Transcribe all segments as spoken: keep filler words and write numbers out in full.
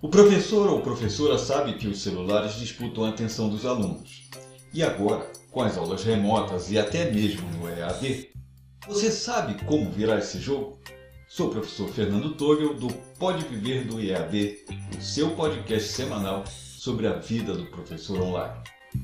O professor ou professora sabe que os celulares disputam a atenção dos alunos. E agora, com as aulas remotas e até mesmo no E A D, você sabe como virar esse jogo? Sou o professor Fernando Togel do Pode Viver do E A D, o seu podcast semanal sobre a vida do professor online.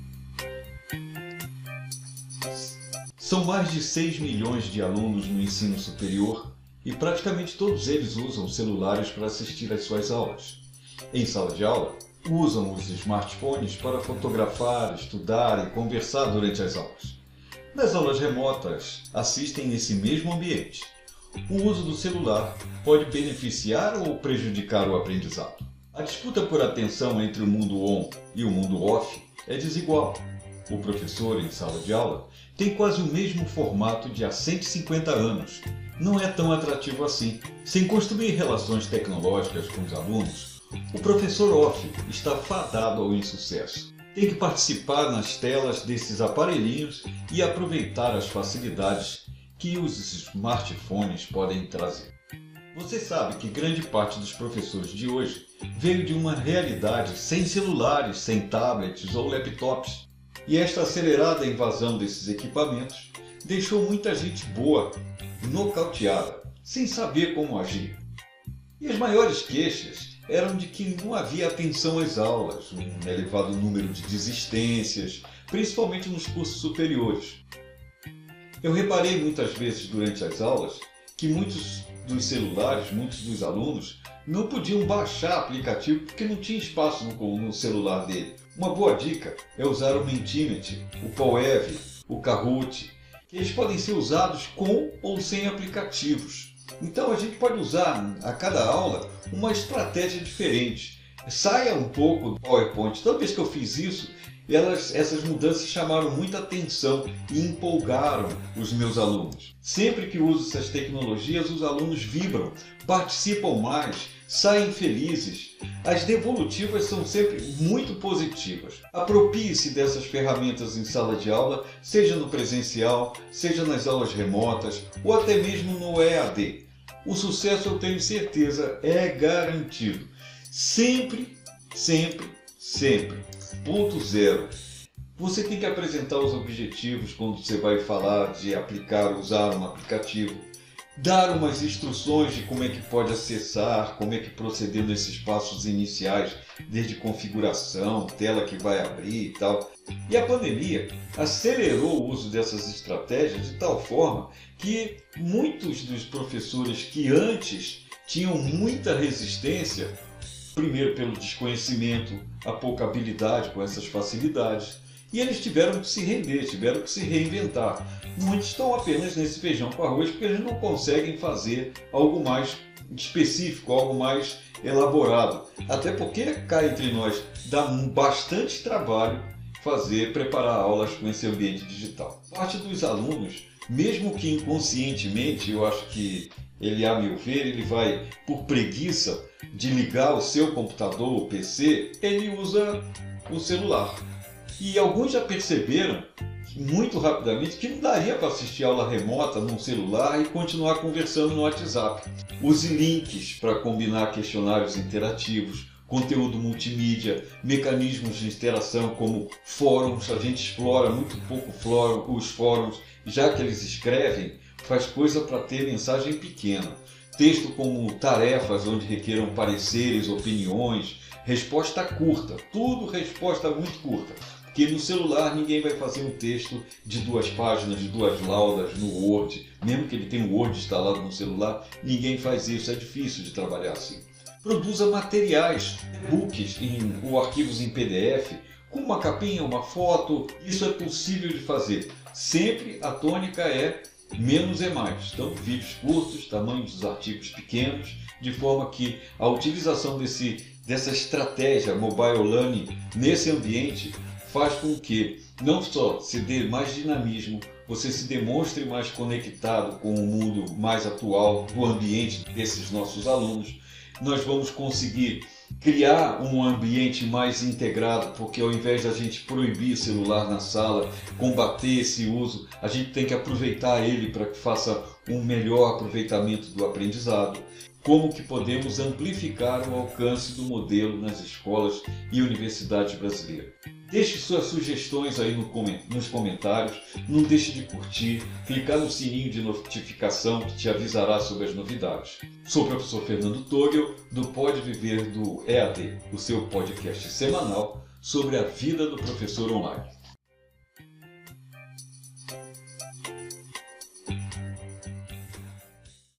São mais de seis milhões de alunos no ensino superior e praticamente todos eles usam celulares para assistir às suas aulas. Em sala de aula, usam os smartphones para fotografar, estudar e conversar durante as aulas. Nas aulas remotas, assistem nesse mesmo ambiente. O uso do celular pode beneficiar ou prejudicar o aprendizado. A disputa por atenção entre o mundo on e o mundo off é desigual. O professor, em sala de aula, tem quase o mesmo formato de há cento e cinquenta anos. Não é tão atrativo assim. Sem construir relações tecnológicas com os alunos, o professor off está fadado ao insucesso. Tem que participar nas telas desses aparelhinhos e aproveitar as facilidades que os smartphones podem trazer. Você sabe que grande parte dos professores de hoje veio de uma realidade sem celulares, sem tablets ou laptops. E esta acelerada invasão desses equipamentos deixou muita gente boa nocauteada, sem saber como agir. E as maiores queixas eram de que não havia atenção às aulas, um elevado número de desistências, principalmente nos cursos superiores. Eu reparei muitas vezes durante as aulas que muitos dos celulares, muitos dos alunos, não podiam baixar aplicativo porque não tinha espaço no, no celular dele. Uma boa dica é usar o Mentimeter, o Powev, o Kahoot, que eles podem ser usados com ou sem aplicativos. Então a gente pode usar a cada aula uma estratégia diferente. Saia um pouco do PowerPoint. Toda vez que eu fiz isso, elas, essas mudanças chamaram muita atenção e empolgaram os meus alunos. Sempre que uso essas tecnologias, os alunos vibram, participam mais, saem felizes. As devolutivas são sempre muito positivas. Apropie-se dessas ferramentas em sala de aula, seja no presencial, seja nas aulas remotas ou até mesmo no E A D. O sucesso, eu tenho certeza, é garantido. Sempre, sempre, sempre. Ponto zero. Você tem que apresentar os objetivos quando você vai falar de aplicar, usar um aplicativo. Dar umas instruções de como é que pode acessar, como é que proceder nesses passos iniciais, desde configuração, tela que vai abrir e tal. E a pandemia acelerou o uso dessas estratégias de tal forma que muitos dos professores que antes tinham muita resistência, primeiro pelo desconhecimento, a pouca habilidade com essas facilidades, e eles tiveram que se render, tiveram que se reinventar. Muitos estão apenas nesse feijão com arroz porque eles não conseguem fazer algo mais específico, algo mais elaborado. Até porque, cá entre nós, dá bastante trabalho fazer, preparar aulas com esse ambiente digital. Parte dos alunos, mesmo que inconscientemente, eu acho que ele, a meu ver, ele vai, por preguiça de ligar o seu computador ou P C, ele usa o celular. E alguns já perceberam muito rapidamente que não daria para assistir aula remota num celular e continuar conversando no WhatsApp. Use links para combinar questionários interativos, conteúdo multimídia, mecanismos de interação como fóruns. A gente explora muito pouco os fóruns, já que eles escrevem, faz coisa para ter mensagem pequena. Texto como tarefas onde requeram pareceres, opiniões, resposta curta, tudo resposta muito curta. Porque no celular ninguém vai fazer um texto de duas páginas, de duas laudas no Word, mesmo que ele tenha o Word instalado no celular, ninguém faz isso, é difícil de trabalhar assim. Produza materiais, e-books em, ou arquivos em P D F, com uma capinha, uma foto, isso é possível de fazer. Sempre a tônica é menos é mais. Então, vídeos curtos, tamanho dos artigos pequenos, de forma que a utilização desse, dessa estratégia mobile learning nesse ambiente faz com que não só se dê mais dinamismo, você se demonstre mais conectado com o mundo mais atual do ambiente desses nossos alunos. Nós vamos conseguir criar um ambiente mais integrado, porque ao invés da gente proibir o celular na sala, combater esse uso, a gente tem que aproveitar ele para que faça um melhor aproveitamento do aprendizado. como que podemos amplificar o alcance do modelo nas escolas e universidades brasileiras. Deixe suas sugestões aí no, nos comentários, não deixe de curtir, clicar no sininho de notificação que te avisará sobre as novidades. Sou o professor Fernando Togel, do Pode Viver do E A D, o seu podcast semanal sobre a vida do professor online.